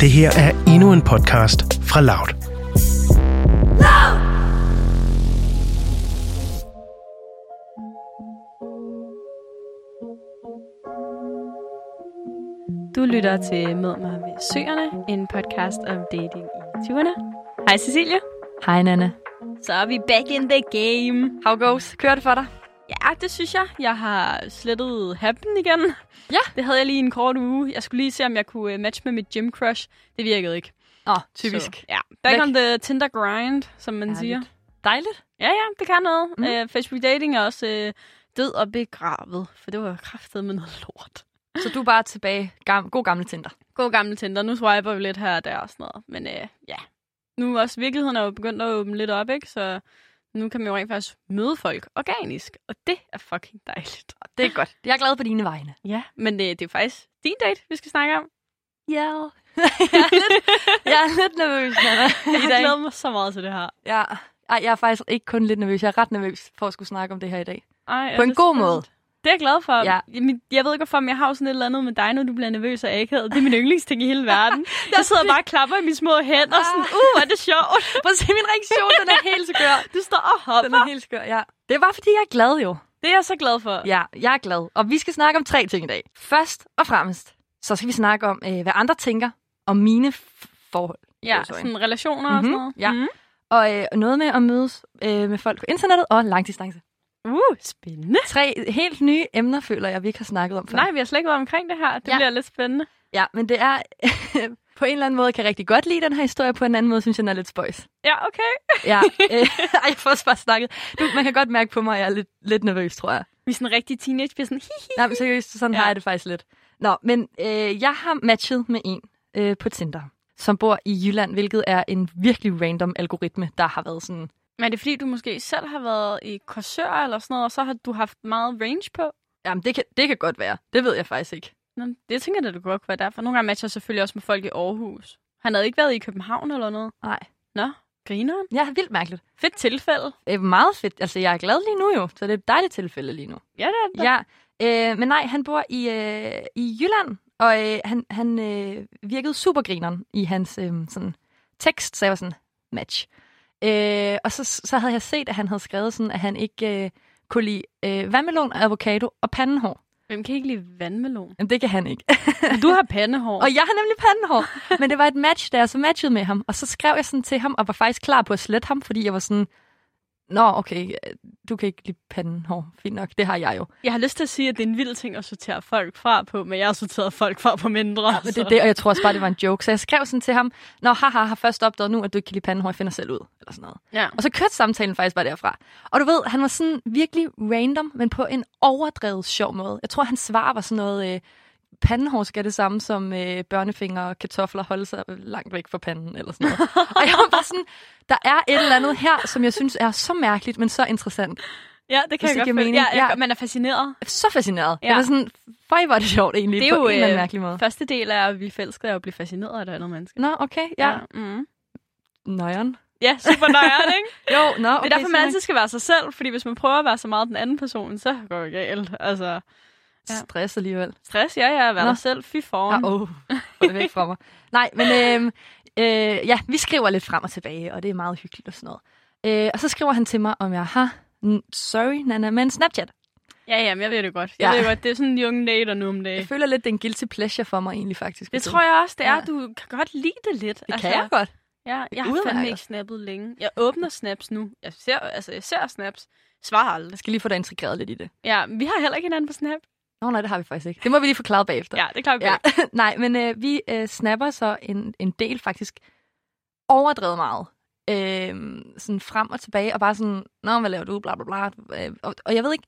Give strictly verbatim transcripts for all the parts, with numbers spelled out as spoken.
Det her er endnu en podcast fra Loud. Du lytter til Mød mig ved Søerne, en podcast om dating i tyverne. Hej Cecilie. Hej Nanne. Så er vi back in the game. How goes? Kører det for dig? Ja, det synes jeg. Jeg har slettet Happen igen. Ja. Det havde jeg lige en kort uge. Jeg skulle lige se, om jeg kunne matche med mit gym crush. Det virkede ikke. Åh, oh, typisk. Så, ja, back on the Tinder grind, som man Ærligt. siger. Dejligt. Ja, ja, det kan noget. Mm. Uh, Facebook dating er også uh, død og begravet, for det var kraftet med noget lort. Så du er bare tilbage. Gam- god gamle Tinder. God gamle Tinder. Nu swiper vi lidt her og der og sådan noget. Men uh, ja, nu også virkeligheden er jo begyndt at åbne lidt op, ikke? Så nu kan man jo rent faktisk møde folk organisk, og det er fucking dejligt. Det er godt. Jeg er glad på dine vegne. Ja, men det, det er faktisk din date, vi skal snakke om. Ja. jeg, er lidt, jeg er lidt nervøs, Nanne. Jeg har glædet mig så meget til det her. Ja. Ej, jeg er faktisk ikke kun lidt nervøs. Jeg er ret nervøs for at skulle snakke om det her i dag. Ej, på en god spændt. måde. Det er jeg glad for. Ja. Jeg, jeg ved ikke hvorfor, men jeg har jo sådan et eller andet med dig, når du bliver nervøs og akavet. Det er min yndlingsting i hele verden. Jeg sidder bare og klapper i mine små hænder og sådan, uh, er det sjovt. Prøv at se min reaktion, den er helt skør. Du står og hopper. Den er helt skør, ja. Det er bare fordi, jeg er glad jo. Det er jeg så glad for. Ja, jeg er glad. Og vi skal snakke om tre ting i dag. Først og fremmest, så skal vi snakke om, øh, hvad andre tænker om mine f- forhold. Ja, oh, sådan relationer mm-hmm. og sådan noget. Ja. Mm-hmm. Og øh, noget med at mødes øh, med folk på internettet og langdistance. Uh, spændende. Tre helt nye emner, føler jeg, vi ikke har snakket om før. Nej, vi har slet ikke været omkring det her. Det Ja. bliver lidt spændende. Ja, men det er på en eller anden måde, kan jeg rigtig godt lide den her historie. På en anden måde, synes jeg, den er lidt spøjs. Ja, okay. Ja, øh, ej, jeg får også bare snakket. Du, man kan godt mærke på mig, at jeg er lidt, lidt nervøs, tror jeg. Vi er sådan en rigtig teenage, bliver sådan hihi. Nej, men seriøst, sådan Ja. har jeg det faktisk lidt. Nå, men øh, jeg har matchet med en øh, på Tinder, som bor i Jylland, hvilket er en virkelig random algoritme, der har været sådan... Men er det fordi, du måske selv har været i Korsør eller sådan noget, og så har du haft meget range på? Jamen, det kan, det kan godt være. Det ved jeg faktisk ikke. Nå, det tænker jeg, det kunne godt være derfor. Nogle gange matcher jeg selvfølgelig også med folk i Aarhus. Han havde ikke været i København eller noget. Nej. Nå, grineren. Ja, vildt mærkeligt. Fedt tilfælde. Det er meget fedt. Altså, jeg er glad lige nu jo, så det er et dejligt tilfælde lige nu. Ja, det er det. Ja, øh, men nej, han bor i, øh, i Jylland, og øh, han, han øh, virkede supergrineren i hans øh, sådan, tekst, så jeg var sådan, match. Øh, og så, så havde jeg set, at han havde skrevet sådan, at han ikke øh, kunne lide øh, vandmelon, avocado og pandehår. Hvem kan ikke lide vandmelon? Jamen, det kan han ikke. Du har pandehår. Og jeg har nemlig pandehår. Men det var et match, der jeg så matchede med ham. Og så skrev jeg sådan til ham, og var faktisk klar på at slette ham, fordi jeg var sådan, nå, okay, du kan ikke lide pandehår. Fint nok, det har jeg jo. Jeg har lyst til at sige, at det er en vild ting at sortere folk fra på, men jeg har sorteret folk fra på mindre. Ja, men det er det, og jeg tror også bare, det var en joke. Så jeg skrev sådan til ham, nå, haha, har først opdaget nu, at du ikke kan lide pandehår, jeg finder selv ud. Eller sådan noget. Ja. Og så kørte samtalen faktisk bare derfra. Og du ved, han var sådan virkelig random, men på en overdrevet sjov måde. Jeg tror, hans svar var sådan noget... Øh, pandehår skal det samme som øh, børnefingre og kartofler holde sig langt væk fra panden, eller sådan noget. Og jeg var bare sådan, der er et eller andet her, som jeg synes er så mærkeligt, men så interessant. Ja, det kan Hvis jeg det godt giver følge. mening. Ja, jeg, Ja. man er fascineret. Så fascineret. Ja. Jeg var sådan, føj, hvor er det sjovt egentlig, Det er på jo en eller anden øh, mærkelig måde. første del af at blive forelsket er at blive fascineret af et andet menneske. Nå, okay, ja. ja. Mm. Nøjeren. Ja, super nøjeren, ikke? Jo, nå, okay. Det er derfor, man så- altid skal være sig selv, fordi hvis man prøver at være så meget den anden person, så går det galt. Altså, Ja. Stress alligevel. stress, ja, ja, vær Nå. dig selv, fy foran. Ja, åh, få det væk fra mig. Nej, men øh, øh, ja, vi skriver lidt frem og tilbage, og det er meget hyggeligt og sådan noget. Øh, og så skriver han til mig, om jeg har, n- sorry, Nanna, men Snapchat. Ja, ja, men jeg ved det godt. Jeg Ja. ved det godt, det er sådan en young dater nu om dagen. Jeg føler lidt, det er en guilty pleasure for mig egentlig faktisk. Det tror jeg også, det er. Ja. Du kan godt lide det lidt. Det kan jeg godt. Ja, jeg har Udmærket. fandme ikke snappet længe. Jeg åbner snaps nu. Jeg ser, altså, jeg ser snaps. Svarer aldrig. Jeg skal lige få dig integreret lidt i det. Ja, vi har heller ikke hinanden på Snap. Nå, nej, det har vi faktisk ikke. Det må vi lige forklare bagefter. Ja, det er klart, vi Ja. ja. Nej, men øh, vi øh, snapper så en, en del faktisk overdrevet meget. Øh, sådan frem og tilbage, og bare sådan, nå, hvad laver du, bla bla bla. Øh, og, og jeg ved ikke,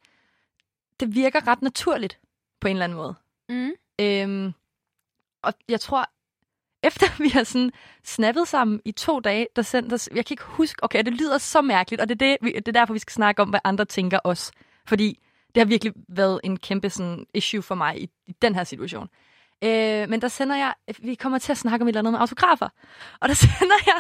det virker ret naturligt på en eller anden måde. Mm. Øh, og jeg tror, efter vi har sådan snappet sammen i to dage, der sendte os, jeg kan ikke huske, okay, det lyder så mærkeligt, og det er, det, vi, det er derfor, vi skal snakke om, hvad andre tænker os. Fordi det har virkelig været en kæmpe sådan, issue for mig i, i den her situation. Øh, men der sender jeg, vi kommer til at snakke om et eller andet med autografer, og der sender jeg,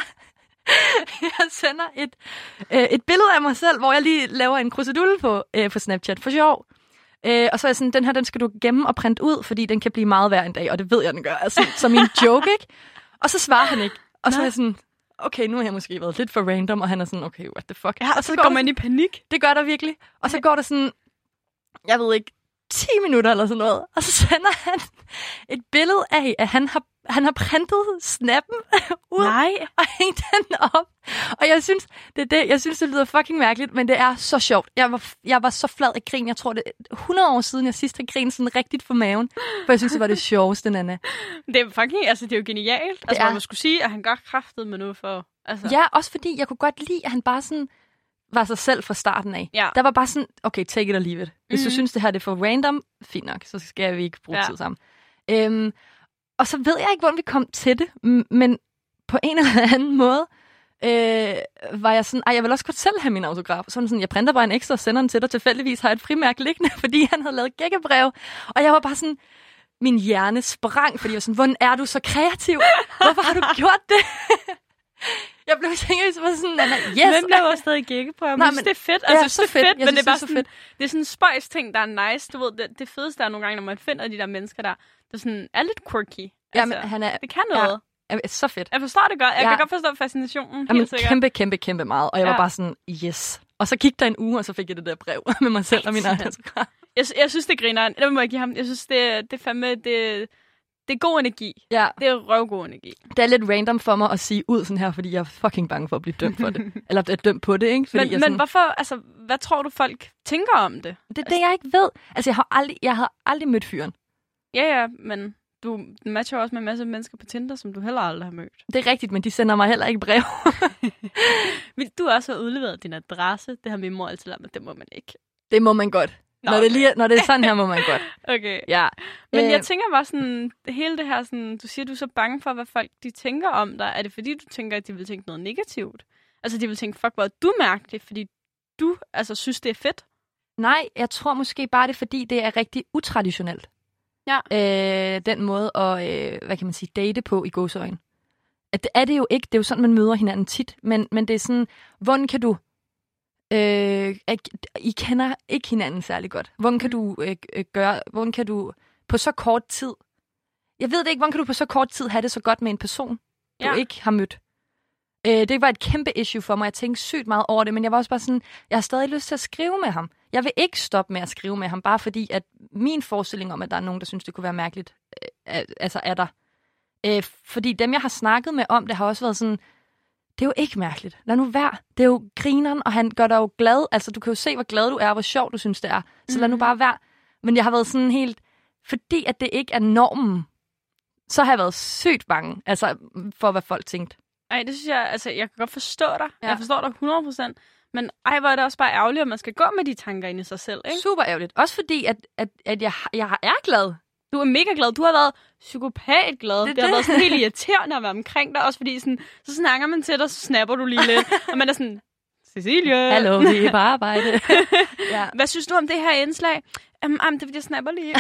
jeg sender et, øh, et billede af mig selv, hvor jeg lige laver en krusedulle på, øh, på Snapchat for sjov. Øh, og så er jeg sådan, den her, den skal du gemme og printe ud, fordi den kan blive meget værd en dag, og det ved jeg, den gør. Altså, som en joke, ikke? Og så svarer han ikke. Og så er jeg sådan, okay, nu har jeg måske været lidt for random, og han er sådan, okay, what the fuck. Ja, og så, så går man i panik. Det gør der virkelig. Og så går der sådan, jeg ved ikke, ti minutter eller sådan noget. Og så sender han et billede af, at han har, han har printet snappen ud Nej. og hængt den op. Og jeg synes, det er det, jeg synes, det lyder fucking mærkeligt, men det er så sjovt. Jeg var, jeg var så flad af grin. Jeg tror, det er hundrede år siden, jeg sidst har grinet sådan rigtigt for maven. For jeg synes, det var det sjoveste, Nanna. Det er fucking, altså det er jo genialt. Altså er. man må skulle sige, at han gør kraftet med noget for... Altså. Ja, også fordi jeg kunne godt lide, at han bare sådan var sig selv fra starten af. Ja. Der var bare sådan, okay, take it or leave it. Hvis mm-hmm. du synes, det her det er for random, fint nok, så skal vi ikke bruge ja. tid sammen. Øhm, og så ved jeg ikke, hvordan vi kom til det, men på en eller anden måde øh, var jeg sådan, ej, jeg vil også godt selv have min autograf. Så sådan, jeg printer bare en ekstra og sender den til dig. Tilfældigvis har jeg et frimærke liggende, fordi han havde lavet gækkebrev. Og jeg var bare sådan, min hjerne sprang, fordi jeg var sådan, hvordan er du så kreativ? Hvorfor har du gjort det? Jeg blev tænkt, så sådan, yes. Men blev også stadig gække på ham. Nej, men det er fedt. Altså, ja, det så er fedt, fedt. men det er bare så sådan, fedt. det er sådan en spøjs ting, der er nice. Du ved, det, det fedeste er nogle gange, når man finder de der mennesker, der, der sådan er lidt quirky. Altså, ja, men han er, det kan noget. Ja, er så fedt. Jeg forstår det godt. Jeg ja. kan godt forstå fascinationen. Jamen, kæmpe, kæmpe, kæmpe meget. Og jeg ja. var bare sådan, yes. Og så gik der en uge, og så fik jeg det der brev med mig selv og min egen autograf. Jeg, jeg synes, det griner. Det må jeg give ham. Jeg synes, det, det er fandme... Det, det er god energi. Ja. Det er røvgod energi. Det er lidt random for mig at sige ud sådan her, fordi jeg er fucking bange for at blive dømt for det. Eller at dømt på det, ikke? Fordi men jeg men sådan... hvorfor, altså, hvad tror du, folk tænker om det? Det er det, jeg ikke ved. Altså, jeg har aldrig, jeg har aldrig mødt fyren. Ja, ja, men du matcher også med en masse mennesker på Tinder, som du heller aldrig har mødt. Det er rigtigt, men de sender mig heller ikke brev. Vil du også have udleveret din adresse? Det har min mor altid lært mig, det må man ikke. Det må man godt. Nå, når, okay. det lige, når det er sådan her, må man godt. Okay. Ja. Men øh... jeg tænker bare sådan, hele det her, sådan, du siger, du er så bange for, hvad folk de tænker om dig. Er det fordi, du tænker, at de vil tænke noget negativt? Altså, de vil tænke, fuck, hvor er du mærkelig, fordi du altså, synes, det er fedt? Nej, jeg tror måske bare, det er fordi, det er rigtig utraditionelt. Ja. Øh, den måde at, øh, hvad kan man sige, date på i gåseøjne. At det er det jo ikke. Det er jo sådan, man møder hinanden tit. Men, men det er sådan, hvordan kan du... Øh, I kender ikke hinanden særlig godt. Hvordan kan du øh, gøre... Hvordan kan du på så kort tid... Jeg ved det ikke, hvordan kan du på så kort tid have det så godt med en person, du ja. ikke har mødt? Øh, det var et kæmpe issue for mig. Jeg tænkte sygt meget over det, men jeg var også bare sådan, jeg har stadig lyst til at skrive med ham. Jeg vil ikke stoppe med at skrive med ham, bare fordi, at min forestilling om, at der er nogen, der synes, det kunne være mærkeligt, øh, altså er der. Øh, fordi dem, jeg har snakket med om, det har også været sådan, det er jo ikke mærkeligt. Lad nu være. Det er jo grineren, og han gør dig jo glad. Altså, du kan jo se, hvor glad du er, og hvor sjov du synes, det er. Så lad nu bare være. Men jeg har været sådan helt, fordi at det ikke er normen, så har jeg været sygt bange, altså for, hvad folk tænkte. Ej, det synes jeg, altså, jeg kan godt forstå dig. Ja. Jeg forstår dig hundrede procent. Men ej, hvor er det også bare ærgerligt, at man skal gå med de tanker ind i sig selv, ikke? Super ærgerligt. Også fordi, at, at, at jeg, jeg er glad. Du er mega glad. Du har været psykopat glad. Det, det, det har det. været sådan helt irriterende at være omkring dig. Også fordi, sådan, så snakker man til dig, så snapper du lige lidt. Og man er sådan, Cecilie. Hallo, vi er på arbejde. Ja. Hvad synes du om det her indslag? Um, um, det er fordi, jeg snapper lige.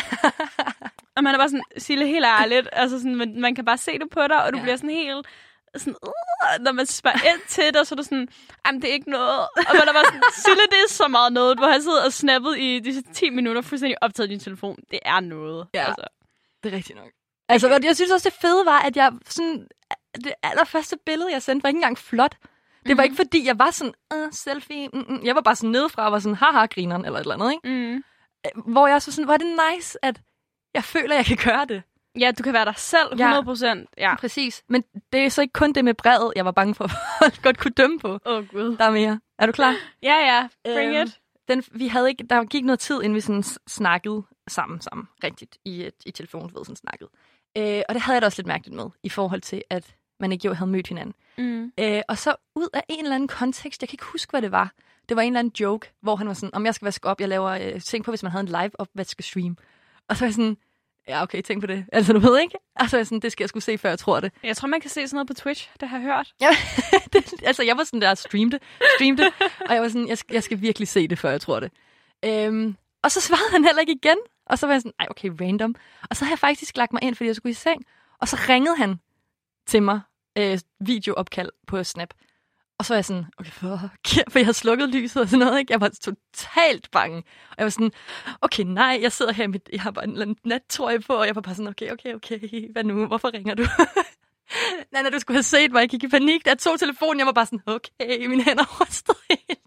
Og man er bare sådan, Sille, helt ærligt. Altså sådan, man, man kan bare se det på dig, og du ja. bliver sådan helt... Sådan, uh, når man spørger ind til dig, så er du sådan, jamen det er ikke noget. Og man er bare sådan, Sille, det er så meget noget. Du har siddet og snappet i disse ti minutter, fuldstændig optaget din telefon. Det er noget. Ja, altså. det er rigtigt nok. Altså, okay. Jeg synes også, det fede var, at jeg sådan, det allerførste billede, jeg sendte, var ikke engang flot. Det var mm-hmm. ikke fordi, jeg var sådan, uh, selfie. Mm-mm. Jeg var bare sådan nedefra og var sådan, haha, grineren, eller et eller andet, ikke? Mm. Hvor jeg også var sådan, hvor er det nice, at jeg føler, jeg kan gøre det. Ja, du kan være dig selv, hundrede procent. Ja. Ja, præcis. Men det er så ikke kun det med brevet, jeg var bange for, at folk godt kunne dømme på. Åh, oh, Gud. Der er mere. Er du klar? Ja, ja. Bring øhm, it. Den, vi havde ikke, der gik noget tid, inden vi sådan snakkede sammen, sammen rigtigt, i, i telefonen, ved sådan snakkede. Øh, og det havde jeg da også lidt mærkeligt med, i forhold til, at man ikke jo havde mødt hinanden. Mm. Øh, og så ud af en eller anden kontekst, jeg kan ikke huske, hvad det var. Det var en eller anden joke, hvor han var sådan, om jeg skal vaske op, jeg laver, øh, tænk på, hvis man havde en live-opvaskestream. Og så var jeg sådan, ja, okay, tænk på det. Altså, du ved ikke? Altså, sådan, det skal jeg skulle se, før jeg tror det. Jeg tror, man kan se sådan noget på Twitch. Det har jeg hørt. Ja, det, altså, jeg var sådan der, streamede, streamede og jeg var sådan, jeg skal, jeg skal virkelig se det, før jeg tror det. Øhm, og så svarede han heller ikke igen. Og så var jeg sådan, ej, okay, random. Og så havde jeg faktisk lagt mig ind, fordi jeg skulle i seng. Og så ringede han til mig, øh, videoopkald på Snap. Og så var jeg sådan, okay, fuck, for jeg havde slukket lyset og sådan noget, ikke? Jeg var totalt bange. Og jeg var sådan, okay, nej, jeg sidder her, mit, jeg har bare en nattrøje på, og jeg var bare sådan, okay, okay, okay, hvad nu? Hvorfor ringer du? Nanna, du skulle have set mig. Jeg gik i panik. Jeg tog telefonen, jeg var bare sådan, okay, mine hænder rystede helt.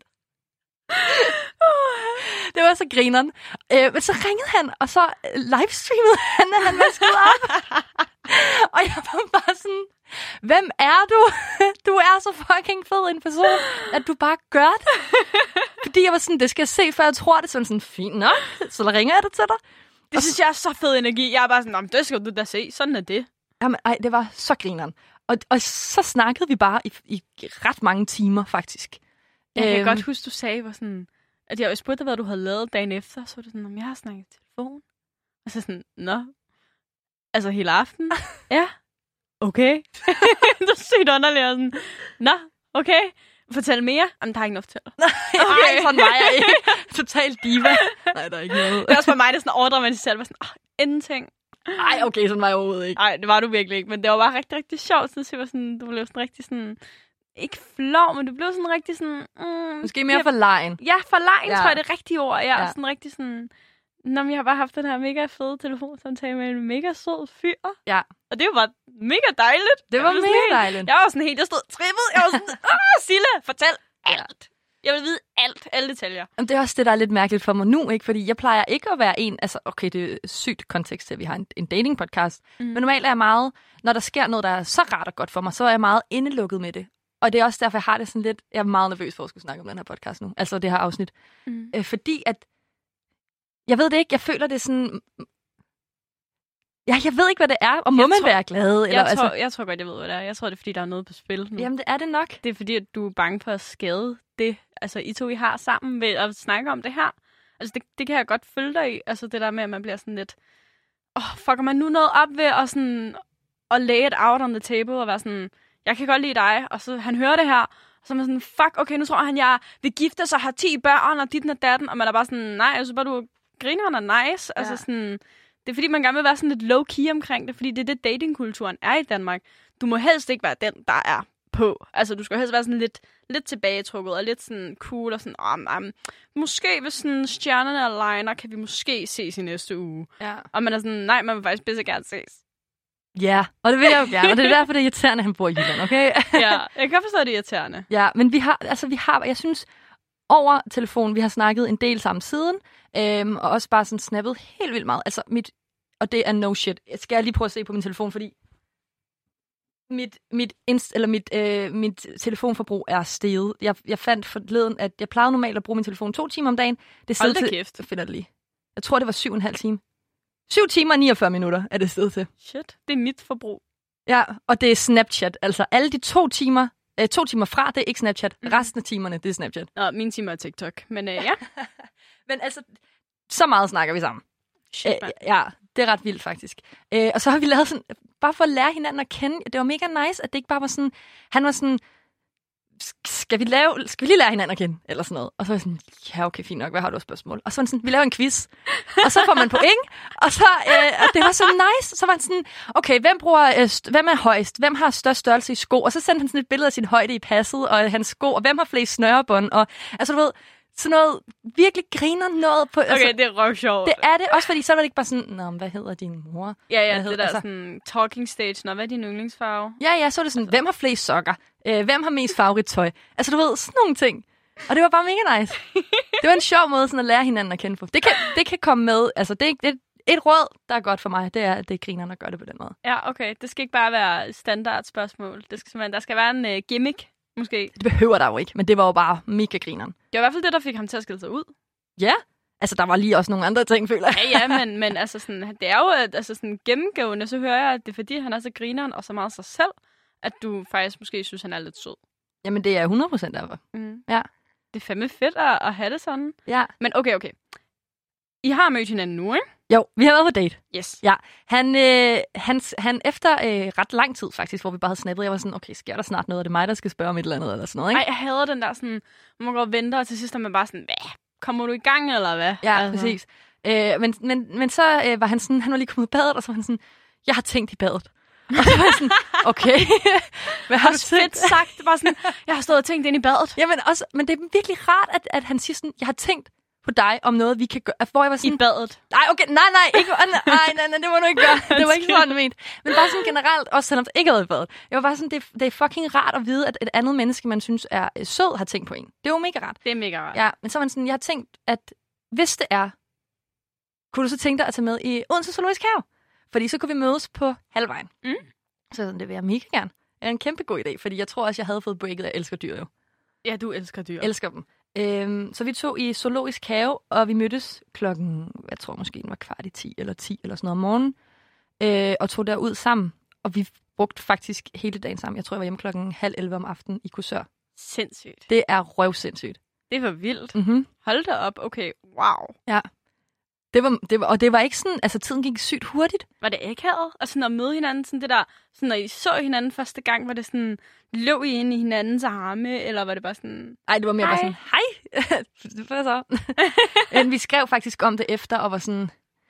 Det var så grineren. Øh, men så ringede han, og så livestreamede han, at han vaskede op. Og jeg var bare sådan, hvem er du? Du er så fucking fed en person, at du bare gør det. Fordi jeg var sådan, det skal jeg se, før jeg tror det. Så sådan, fint nok, så der ringer jeg det til dig. Det synes jeg er så fed energi. Jeg er bare sådan, det skal du da se. Sådan er det. Jamen, ej, det var så grineren. Og, og så snakkede vi bare i, i ret mange timer, faktisk. Jeg kan øhm, godt huske, du sagde, var sådan, at jeg spurgte dig, hvad du havde lavet dagen efter. Så var det sådan, om jeg har snakket i telefon. Og så sådan, nå. Altså hele aften? Ja. Okay. Du er sygt underlig og sådan, nå, okay. Fortæl mere. Jamen, der er ikke noget at fortælle. Okay. Ej, sådan var jeg ikke. Total diva. Nej, der er ikke noget. Det er også for mig, det er sådan overdramatiseret. Jeg var sådan, åh, ingenting. Ej, okay, sådan var jeg overhovedet ikke. Nej, det var du virkelig ikke. Men det var bare rigtig, rigtig sjovt. Så jeg var sådan, du blev sådan rigtig sådan, ikke flov, men du blev sådan rigtig sådan... Mm, Måske mere for lejen. Ja, for lejen, ja. tror jeg, det er rigtige ord. Jeg er ja. sådan rigtig sådan... Nå, men jeg har bare haft den her mega fede telefonsamtale med en mega sød fyr. Ja. Og det var mega dejligt. Det var, var mega helt, dejligt. Jeg var sådan helt, jeg stod trippet. Jeg var sådan, åh, Sille, fortæl alt. Jeg vil vide alt, alle detaljer. Jamen, det er også det, der er lidt mærkeligt for mig nu, ikke? Fordi jeg plejer ikke at være en... Altså, okay, det er sygt kontekst til, at vi har en, en dating-podcast. Mm. Men normalt er jeg meget... Når der sker noget, der er så rart og godt for mig, så er jeg meget indelukket med det. Og det er også derfor, jeg har det sådan lidt... Jeg er meget nervøs for at skulle snakke om den her podcast nu. Altså, det her afsnit. Mm. Øh, fordi at... Jeg ved det ikke. Jeg føler det sådan... Ja, jeg ved ikke, hvad det er. Og må jeg man tror, være glad? Eller, jeg, altså... tror, jeg tror godt, jeg ved, hvad det er. Jeg tror, det er, fordi der er noget på spil nu. Jamen, det er det nok. Det er, fordi at du er bange for at skade det, altså I to, I har sammen ved at snakke om det her. Altså, det, det kan jeg godt følge dig i. Altså, det der med, at man bliver sådan lidt... Åh, oh, fucker man nu noget op ved at sådan... At lay it out on the table og være sådan... Jeg kan godt lide dig. Og så han hører det her. Og så er man sådan, fuck, okay, nu tror han, jeg vil gifte sig og har ti børn og dit og datten. Og man er bare sådan, nej, jeg synes bare, du griner og er nice. Ja. Altså sådan... Det er fordi, man gerne vil være sådan lidt low-key omkring det, fordi det er det, datingkulturen er i Danmark. Du må helst ikke være den, der er på. Altså, du skal helst være sådan lidt, lidt tilbagetrukket og lidt sådan cool og sådan, um, um, måske hvis sådan stjernerne aligner, kan vi måske ses i næste uge. Ja. Og man er sådan, nej, man vil faktisk bedst gerne ses. Ja, og det vil jeg jo gerne, og det er derfor, det er irriterende, at han bor i Jylland, okay? Ja, jeg kan forstå, at det er irriterende. Ja, men vi har, altså vi har, jeg synes, over telefonen, vi har snakket en del sammen siden, øhm, og også bare sådan snappet helt vildt meget. Altså mit, og det er no shit. Jeg skal lige prøve at se på min telefon, fordi mit, mit, inst, eller mit, øh, mit telefonforbrug er steget. Jeg, jeg fandt forleden, at jeg plejede normalt at bruge min telefon to timer om dagen. Det Hold da til, kæft. Jeg finder det lige. Jeg tror, det var syv og en halv time. Syv timer og niogfyrre minutter er det sted til. Shit, det er mit forbrug. Ja, og det er Snapchat. Altså alle de to timer, øh, to timer fra, det er ikke Snapchat. Mm. Resten af timerne, det er Snapchat. Nå, mine timer er TikTok, men øh, ja. Men altså, så meget snakker vi sammen. Shit, Æ, ja, det er ret vildt faktisk. Æ, og så har vi lavet sådan, bare for at lære hinanden at kende, det var mega nice, at det ikke bare var sådan, han var sådan, skal vi, lave, skal vi lige lære hinanden at kende, eller sådan noget. Og så var jeg sådan, ja okay, fint nok, hvad har du af spørgsmål? Og så var han sådan, vi laver en quiz, og så får man point, og så, øh, og det var så nice, så var han sådan, okay, hvem bruger, øh, hvem er højst, hvem har størst størrelse i sko, og så sendte han sådan et billede af sin højde i passet, og hans sko, og hvem har flest snørebånd, og altså du ved, sådan noget virkelig griner noget på... Okay, altså, det er rock sjovt. Det er det, også fordi så var det ikke bare sådan, nå, hvad hedder din mor? Ja, ja, hvad det hedder, der altså, sådan talking stage, nå, hvad er din yndlingsfarve? Ja, ja, så er det sådan, hvem har flest sokker? Øh, hvem har mest favorittøj? Altså, du ved, sådan nogle ting. Og det var bare mega nice. Det var en sjov måde sådan at lære hinanden at kende på. Det kan, det kan komme med, altså det er, det er et råd, der er godt for mig, det er, at det er grinerne at gøre det på den måde. Ja, okay. Det skal ikke bare være standard spørgsmål. Det skal simpelthen, der skal være en uh, gimmick, måske. Det behøver der jo ikke, men det var jo bare mega grineren. Det var i hvert fald det, der fik ham til at skille sig ud. Ja, altså der var lige også nogle andre ting, føler jeg. Ja, ja, men, men altså sådan, det er jo altså sådan gennemgående, så hører jeg, at det er fordi, han er så grineren og så meget sig selv, at du faktisk måske synes, han er lidt sød. Jamen det er hundrede procent derfor. Mm. Ja. Det er fandme fedt at, at have det sådan. Ja. Men okay, okay. I har mødt hinanden nu, ikke? Jo, vi har været på date. Yes. Ja, han, øh, han, han efter øh, ret lang tid faktisk, hvor vi bare havde snappet, jeg var sådan, okay, sker der snart noget? Er det mig, der skal spørge om et eller andet eller sådan noget, ikke? Ej, jeg hader den der sådan, man går og venter, og til sidst er man bare sådan, hvad? Kommer du i gang, eller hvad? Ja, altså. præcis. Øh, men, men, men så øh, var han sådan, han var lige kommet i badet, og så var han sådan, jeg har tænkt i badet. Og så var jeg sådan, okay, hvad har du tænkt? Fedt sagt, det var sådan, jeg har stået og tænkt ind i badet. Jamen også, men det er virkelig rart, at, at han siger sådan, jeg har tænkt på dig om noget, vi kan gøre. Hvor jeg var sådan, I badet. Nej, okay, nej, nej, ikke, nej, nej, nej, nej, det må du ikke gøre. Det var ikke sådan ment. Men bare sådan generelt, også selvom det ikke havde været. Jeg var bare sådan, det, det er fucking rart at vide, at et andet menneske, man synes er sød, har tænkt på en. Det er jo mega rart. Det er mega rart. Ja, men så var man sådan, jeg har tænkt, at hvis det er, kunne du så tænke dig at tage med i Odense Zoologisk Have? Fordi så kunne vi mødes på halvvejen. Mm. Så sådan, det vil jeg mega gerne. Det er en kæmpe god idé, fordi jeg tror også, jeg havde fået breaket, jeg elsker dyr jo. Ja, du elsker dyr. Jeg elsker dem. Øhm, så vi tog i Zoologisk Have, og vi mødtes klokken, jeg tror måske den var kvart i ti eller ti eller sådan noget om morgenen, øh, og tog derud sammen. Og vi brugte faktisk hele dagen sammen. Jeg tror, jeg var hjemme klokken halv elleve om aftenen i Korsør. Sindssygt. Det er røvsindssygt. Det var vildt. Mm-hmm. Hold da op. Okay, wow. Ja. Det var, det var, og det var ikke sådan, altså tiden gik sygt hurtigt. Var det akavet? Og sådan at møde hinanden, sådan det der, sådan når I så hinanden første gang, var det sådan, løb I ind i hinandens arme, eller var det bare sådan... Nej, det var mere hej. bare sådan, hej, hvad så? Men vi skrev faktisk om det efter, og var sådan,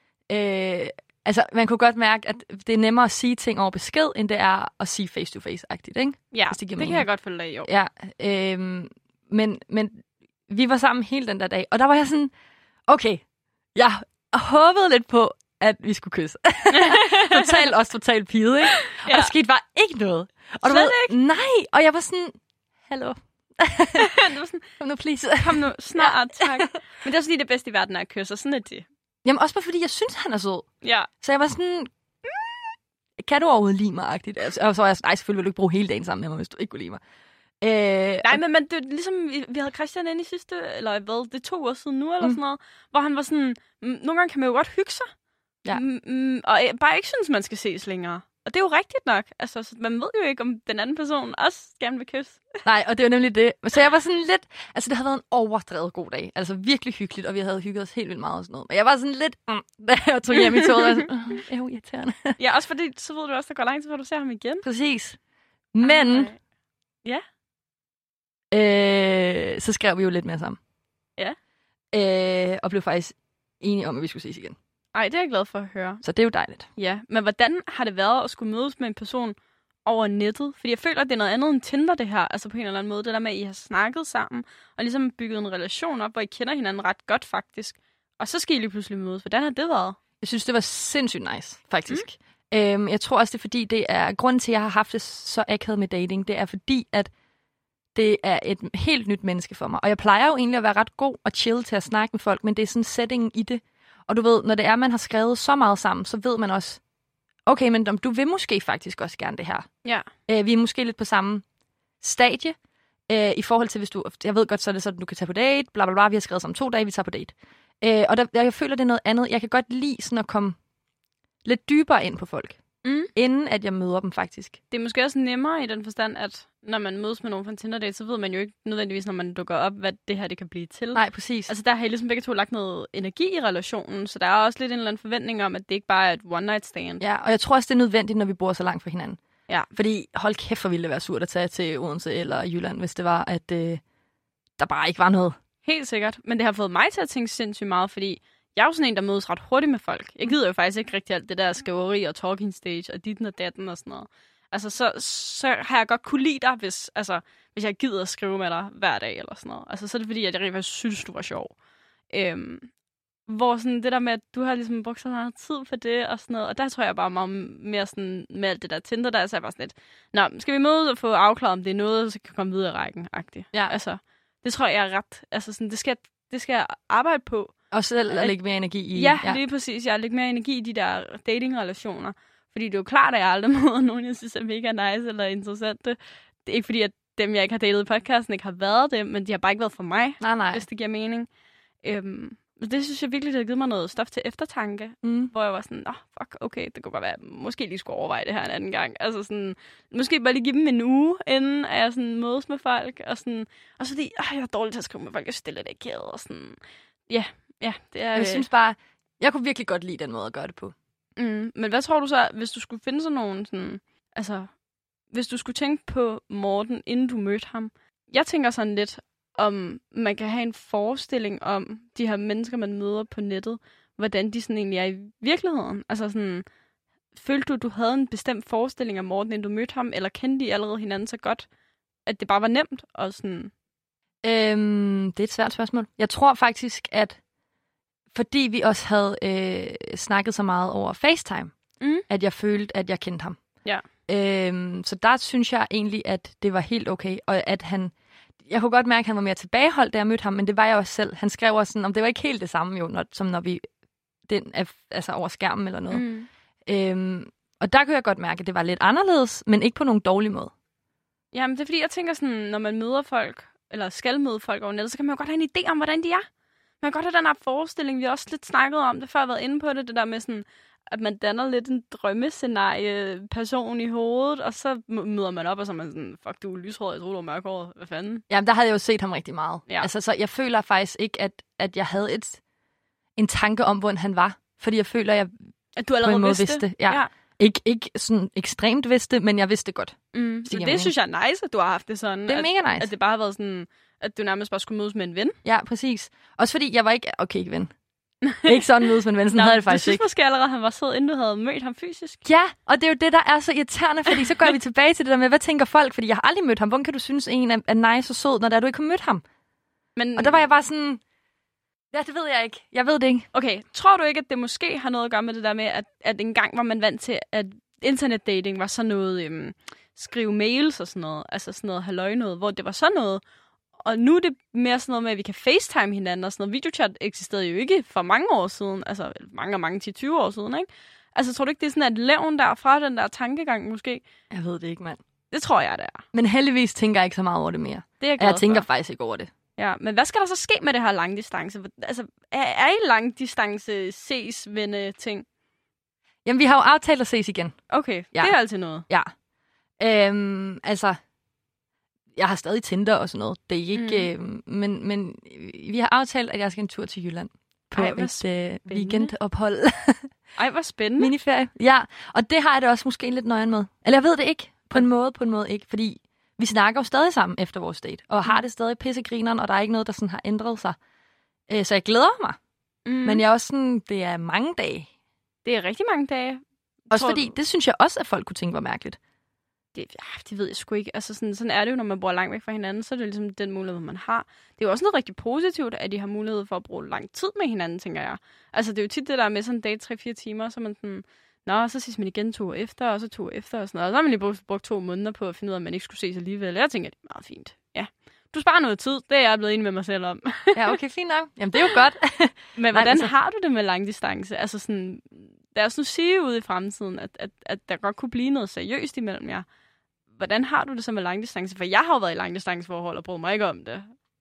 øh, altså man kunne godt mærke, at det er nemmere at sige ting over besked, end det er at sige face-to-face-agtigt, ikke? Ja, det, det kan jeg godt følge dig i, jo. Ja, øh, men, men vi var sammen hele den der dag, og der var jeg sådan, okay, jeg håbede lidt på, at vi skulle kysse. Totalt også totalt pide, ikke? Og ja. Der skete bare ikke noget. Og Slet du ved, ikke? Nej, og jeg var sådan, hallo. Du var sådan, kom nu, please. Kom nu, snart, tak. Men det er også lige det bedste i verden er at kysse, og sådan er det. Jamen også bare fordi, jeg synes, han er sød. Ja. Så jeg var sådan, mm, kan du overhovedet lide mig-agtigt? Og så var jeg sådan, nej, selvfølgelig vil du ikke bruge hele dagen sammen med mig, hvis du ikke kunne lide mig. Øh, Nej, men, men det er ligesom, vi, vi havde Christian inde i sidste, eller hvad, det er to år siden nu, eller mm. sådan noget, hvor han var sådan, nogle gange kan man jo godt hygge sig, ja. mm, og bare ikke synes, man skal ses længere. Og det er jo rigtigt nok. Altså, så man ved jo ikke, om den anden person også gerne vil kysse. Nej, og det var nemlig det. Så jeg var sådan lidt... Altså, det havde været en overdrevet god dag. Altså, virkelig hyggeligt, og vi havde hygget os helt vildt meget og sådan noget. Men jeg var sådan lidt... Mm, da jeg tog hjem i toget, og sådan... Uh, det er jo irriterende. Ja, også fordi, så ved du også, der går lang tid, før du ser ham igen. Præcis. Men... Ej. Ja. Øh, så skrev vi jo lidt mere sammen. Ja. Øh, og blev faktisk enige om, at vi skulle ses igen. Ej, det er jeg glad for at høre. Så det er jo dejligt. Ja, men hvordan har det været at skulle mødes med en person over nettet? Fordi jeg føler, at det er noget andet end Tinder, det her. Altså på en eller anden måde. Det der med, at I har snakket sammen, og ligesom bygget en relation op, hvor I kender hinanden ret godt faktisk. Og så skal I lige pludselig mødes. Hvordan har det været? Jeg synes, det var sindssygt nice, faktisk. Mm. Øhm, jeg tror også, det er fordi, det er grunden til, at jeg har haft det så akavet med dating. Det er fordi, at det er et helt nyt menneske for mig. Og jeg plejer jo egentlig at være ret god og chill til at snakke med folk, men det er sådan settingen i det. Og du ved, når det er, man har skrevet så meget sammen, så ved man også, okay, men du vil måske faktisk også gerne det her. Ja. Øh, vi er måske lidt på samme stadie, øh, i forhold til, hvis du... Jeg ved godt, så er det sådan, du kan tage på date, bla bla bla, vi har skrevet sammen to dage, vi tager på date. Øh, og der, jeg føler, det er noget andet. Jeg kan godt lide sådan at komme lidt dybere ind på folk, mm. inden at jeg møder dem faktisk. Det er måske også nemmere i den forstand, at når man mødes med nogen fra en Tinder-date, så ved man jo ikke nødvendigvis, når man dukker op, hvad det her det kan blive til. Nej, præcis. Altså der har I ligesom begge to lagt noget energi i relationen, så der er også lidt en eller anden forventning om, at det ikke bare er et one-night stand. Ja, og jeg tror også, det er nødvendigt, når vi bor så langt fra hinanden. Ja. Fordi hold kæft, hvor ville det være surt at tage til Odense eller Jylland, hvis det var, at øh, der bare ikke var noget. Helt sikkert. Men det har fået mig til at tænke sindssygt meget, fordi jeg er jo sådan en, der mødes ret hurtigt med folk. Jeg gider jo faktisk ikke rigtig alt det der skriveri og talking stage og ditten og datten og sådan noget. Altså, så, så har jeg godt kunne lide dig, hvis, altså, hvis jeg gider at skrive med dig hver dag eller sådan noget. Altså, så er det fordi, at jeg rigtig synes, du var sjov. Øhm, hvor sådan det der med, at du har ligesom brugt så meget tid på det og sådan noget. Og der tror jeg bare meget mere sådan med alt det der Tinder, der er så jeg bare sådan lidt, nå, skal vi mødes og få afklaret, om det er noget, så kan komme videre i rækken-agtigt. Ja. Altså, det tror jeg er ret, altså sådan, det skal, det skal jeg arbejde på. Og selv at lægge mere energi i... Ja, ja, lige præcis. Jeg lægger mere energi i de der dating-relationer. Fordi det er jo klart, at jeg aldrig møder nogen, jeg synes er mega nice eller interessante. Det er ikke fordi, at dem, jeg ikke har datet i podcasten, ikke har været det, men de har bare ikke været for mig, nej, nej. hvis det giver mening. Øhm, det synes jeg virkelig, det har givet mig noget stof til eftertanke, mm. hvor jeg var sådan, åh, oh, fuck, okay, det kunne godt være, måske lige skulle overveje det her en anden gang. Altså sådan, måske bare lige give dem en uge, inden at jeg sådan mødes med folk, og sådan, og så fordi, åh, jeg er dårlig til at skrive med folk, jeg stiller det ikke og sådan, ja, ja, det er... Jeg synes bare, jeg kunne virkelig godt lide den måde at gøre det på. Mm, men hvad tror du så, hvis du skulle finde sådan nogen, sådan, altså, hvis du skulle tænke på Morten, inden du mødte ham? Jeg tænker sådan lidt, om man kan have en forestilling om de her mennesker, man møder på nettet, hvordan de sådan egentlig er i virkeligheden. Altså sådan, følte du, du havde en bestemt forestilling om Morten, inden du mødte ham, eller kendte de allerede hinanden så godt, at det bare var nemt? Og sådan... Øhm, det er et svært spørgsmål. Jeg tror faktisk, at fordi vi også havde øh, snakket så meget over FaceTime, Mm. at jeg følte, at jeg kendte ham. Ja. Øhm, så der synes jeg egentlig, at det var helt okay, og at han... Jeg kunne godt mærke, at han var mere tilbageholdt, da jeg mødte ham, men det var jeg også selv. Han skrev også sådan, om det var ikke helt det samme, jo, når, som når vi... Den er, altså over skærmen eller noget. Mm. Øhm, og der kunne jeg godt mærke, at det var lidt anderledes, men ikke på nogen dårlig måde. Jamen, det er fordi, jeg tænker sådan, når man møder folk, eller skal møde folk over nettet, så kan man jo godt have en idé om, hvordan de er. Man kan godt have den her forestilling, vi har også lidt snakket om det, før jeg har været inde på det, det der med sådan, at man danner lidt en drømmescenarie-person i hovedet, og så møder man op, og så er man sådan, fuck, du er lyshåret, jeg tror, du er mørkhåret, hvad fanden? Jamen, der havde jeg jo set ham rigtig meget. Ja. Altså, så jeg føler faktisk ikke, at, at jeg havde et, en tanke om, hvordan han var. Fordi jeg føler, at jeg At du allerede på en måde vidste. vidste. Ja. ja. Ikke, ikke sådan ekstremt vidste, men jeg vidste godt. Mm. Så giver det mening. synes jeg er nice, at du har haft det sådan. Det er at, mega nice. At det bare har været sådan, at du nærmest bare skulle mødes med en ven. Ja, præcis. Også fordi jeg var ikke... Okay, ikke ven. Ikke sådan mødes med en ven, sådan Nå, havde jeg det du faktisk synes ikke. måske allerede, at han var sød, inden du havde mødt ham fysisk. Ja, og det er jo det, der er så irriterende, fordi så går vi tilbage til det der med, hvad tænker folk? Fordi jeg har aldrig mødt ham. Hvordan kan du synes, en er, er nice og sød, når der, du ikke har mødt ham? Men, Og der var jeg bare sådan... Ja, det ved jeg ikke. Jeg ved det ikke. Okay, tror du ikke, at det måske har noget at gøre med det der med, at, at engang var man vant til, at internetdating var sådan noget, øhm, skrive mails og sådan noget, altså sådan noget halløj noget, hvor det var sådan noget, og nu er det mere sådan noget med, at vi kan FaceTime hinanden og sådan noget. Videochat eksisterede jo ikke for mange år siden, altså mange og mange, ti til tyve år siden, ikke? Altså tror du ikke, det er sådan et levn der fra den der tankegang måske? Jeg ved det ikke, mand. Det tror jeg, det er. Men heldigvis tænker jeg ikke så meget over det mere. Det er jeg Jeg, glad jeg tænker for. faktisk ikke over det. Ja, men hvad skal der så ske med det her langdistance? Altså, er, er I langdistance ses venne ting? Jamen, vi har jo aftalt at ses igen. Okay, Ja. det er altid noget. Ja. Øhm, altså, jeg har stadig Tinder og sådan noget. Det er ikke... Mm. Øh, men, men vi har aftalt, at jeg skal en tur til Jylland på Ej, hvor et øh, weekendophold. Ej, hvor spændende. Miniferie. Ja, og det har jeg det også måske lidt nøjen med. Eller jeg ved det ikke. På en måde, på en måde ikke. Fordi vi snakker jo stadig sammen efter vores date. Og har det stadig pissegrineren, og der er ikke noget, der sådan har ændret sig. Øh, så jeg glæder mig. Mm. Men jeg er også sådan, det er mange dage. Det er rigtig mange dage. Også Tror fordi, du- det synes jeg også, at folk kunne tænke var mærkeligt. Det, ja, det ved jeg sgu ikke. Altså, sådan, sådan er det jo, når man bor langt væk fra hinanden, så er det ligesom den mulighed, man har. Det er jo også noget rigtig positivt, at de har mulighed for at bruge lang tid med hinanden, tænker jeg. Altså, det er jo tit det der med sådan en date tre fire timer, så er man sådan, nå, så ses man igen to uger efter, og så to uger efter, og sådan noget. Og så har man lige brugt, brugt to måneder på at finde ud af, at man ikke skulle ses alligevel. Jeg tænker, det er meget fint. Ja. Du sparer noget tid, det er jeg blevet enig med mig selv om. Ja, okay, fint nok. Jamen, det er jo godt. Men hvordan altså- har du det med langdistance? Altså sådan, lad os nu sige ude i fremtiden, at, at, at der godt kunne blive noget seriøst imellem jer. Hvordan har du det så med langdistance? For jeg har jo været i langdistanceforhold og brugt mig ikke om det.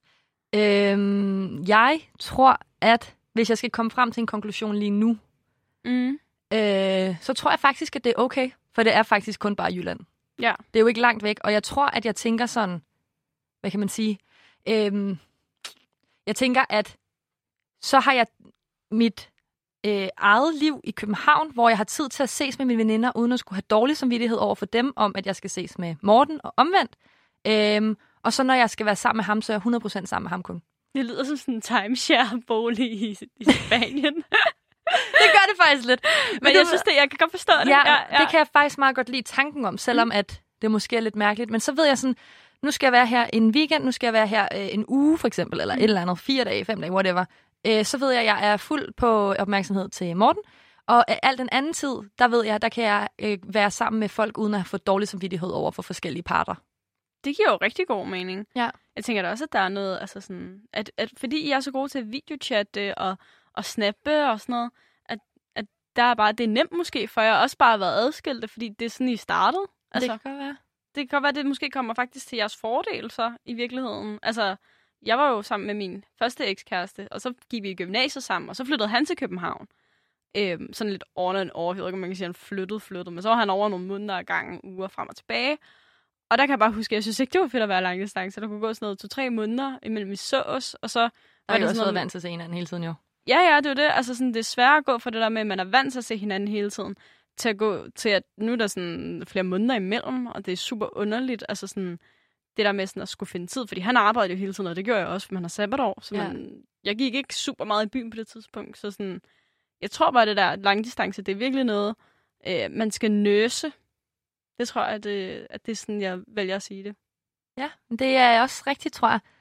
Øhm, jeg tror, at hvis jeg skal komme frem til en konklusion lige nu, Mm. øh, så tror jeg faktisk, at det er okay. For det er faktisk kun bare Jylland. Ja. Det er jo ikke langt væk. Og jeg tror, at jeg tænker sådan, hvad kan man sige? Øhm, jeg tænker, at så har jeg mit øh, eget liv i København, hvor jeg har tid til at ses med mine veninder, uden at skulle have dårlig samvittighed over for dem, om at jeg skal ses med Morten og omvendt. Øhm, og så når jeg skal være sammen med ham, så er jeg hundrede procent sammen med ham kun. Det lyder som sådan en timeshare-bolig i, i Spanien. Det gør det faktisk lidt. Men, Men jeg synes, det, jeg kan godt forstå det. Ja, ja, ja, det kan jeg faktisk meget godt lide tanken om, selvom at det måske er lidt mærkeligt. Men så ved jeg sådan, nu skal jeg være her en weekend, nu skal jeg være her øh, en uge for eksempel, eller mm. et eller andet, fire dage, fem dage, whatever. Øh, så ved jeg, at jeg er fuld på opmærksomhed til Morten. Og øh, al den anden tid, der ved jeg, der kan jeg øh, være sammen med folk, uden at have fået dårlig samvittighed over for forskellige parter. Det giver jo rigtig god mening. Ja. Jeg tænker da også, at der er noget, altså sådan, at, at fordi I er så gode til at videochatte og, og snappe og sådan noget, at, at der er bare, det er nemt måske for jer også bare at være adskilte, fordi det er sådan, I startede. Altså, Det kan godt være. det kan godt være, at det måske kommer faktisk til jeres fordel så, i virkeligheden. Altså, jeg var jo sammen med min første ekskæreste, og så gik vi i gymnasiet sammen, og så flyttede han til København. Øhm, sådan lidt on and off, jeg ved ikke, om man kan sige, at han flyttede, flyttede, men så var han over nogle måneder ad gangen, uger frem og tilbage. Og der kan jeg bare huske, at jeg synes ikke, det var fedt at være langdistance. Der kunne gå sådan noget to-tre måneder imellem vi så os, og så... Og jeg har også noget været vant til at se hinanden hele tiden jo. Ja, ja, det er jo det. Altså, sådan, det er svært at gå fra det der med, at man er vant til at se hinanden hele tiden, til at gå til, at nu er der sådan flere måneder imellem, og det er super underligt. Altså sådan, det der med sådan at skulle finde tid, fordi han arbejdede jo hele tiden, og det gjorde jeg også, for man har sabbatår. Så Ja. man, jeg gik ikke super meget i byen på det tidspunkt, så sådan, jeg tror bare, det der langdistance, det er virkelig noget, øh, man skal nøse. Det tror jeg, at det, at det er sådan, jeg vælger at sige det. Ja, det er også rigtigt, tror jeg.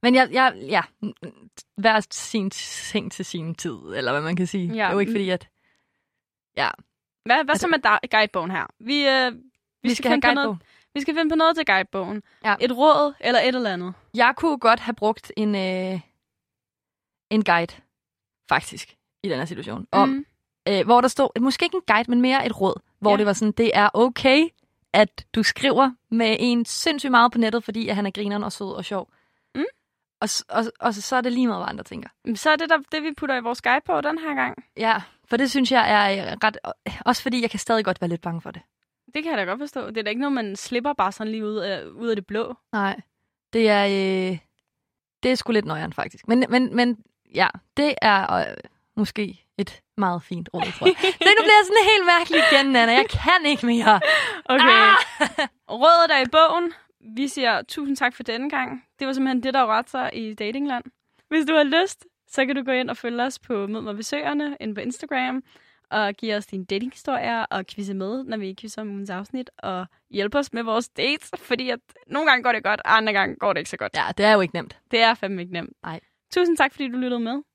Men jeg, jeg, ja, hver sin ting til sin tid, eller hvad man kan sige. Ja. Det er jo ikke fordi, at... Ja. Hvad, hvad så med da- guidebogen her? Vi, øh, vi, vi skal, skal have guidebog. Vi skal finde på noget til guidebogen. Ja. Et råd eller et eller andet. Jeg kunne godt have brugt en, øh, en guide, faktisk, i den her situation. Mm. Om, øh, hvor der stod, måske ikke en guide, men mere et råd. Hvor ja. det var sådan, det er okay, at du skriver med en sindssygt meget på nettet, fordi at han er grineren og sød og sjov. Mm. Og, og, og så er det lige meget, hvad andre tænker. Så er det der, det, vi putter i vores guide på den her gang. Ja, for det synes jeg er ret... Også fordi jeg kan stadig godt være lidt bange for det. Det kan jeg da godt forstå. Det er da ikke noget, man slipper bare sådan lige ud af, ud af det blå. Nej, det er... Øh, det er sgu lidt nøjeren, faktisk. Men, men, men ja, det er øh, måske et meget fint råd, tror jeg. Det nu bliver sådan helt mærkeligt igen, Nana. Jeg kan ikke mere. Okay. Ah! Rådet er i bogen. Vi siger tusind tak for denne gang. Det var simpelthen det, der var ret sig i datingland. Hvis du har lyst, så kan du gå ind og følge os på Mød mig ved Søerne inde på Instagram. Og give os dine datinghistorier og quizze med, når vi quizzer om ugens afsnit. Og hjælpe os med vores dates, fordi at nogle gange går det godt, og andre gange går det ikke så godt. Ja, det er jo ikke nemt. Det er fandme ikke nemt. Nej. Tusind tak, fordi du lyttede med.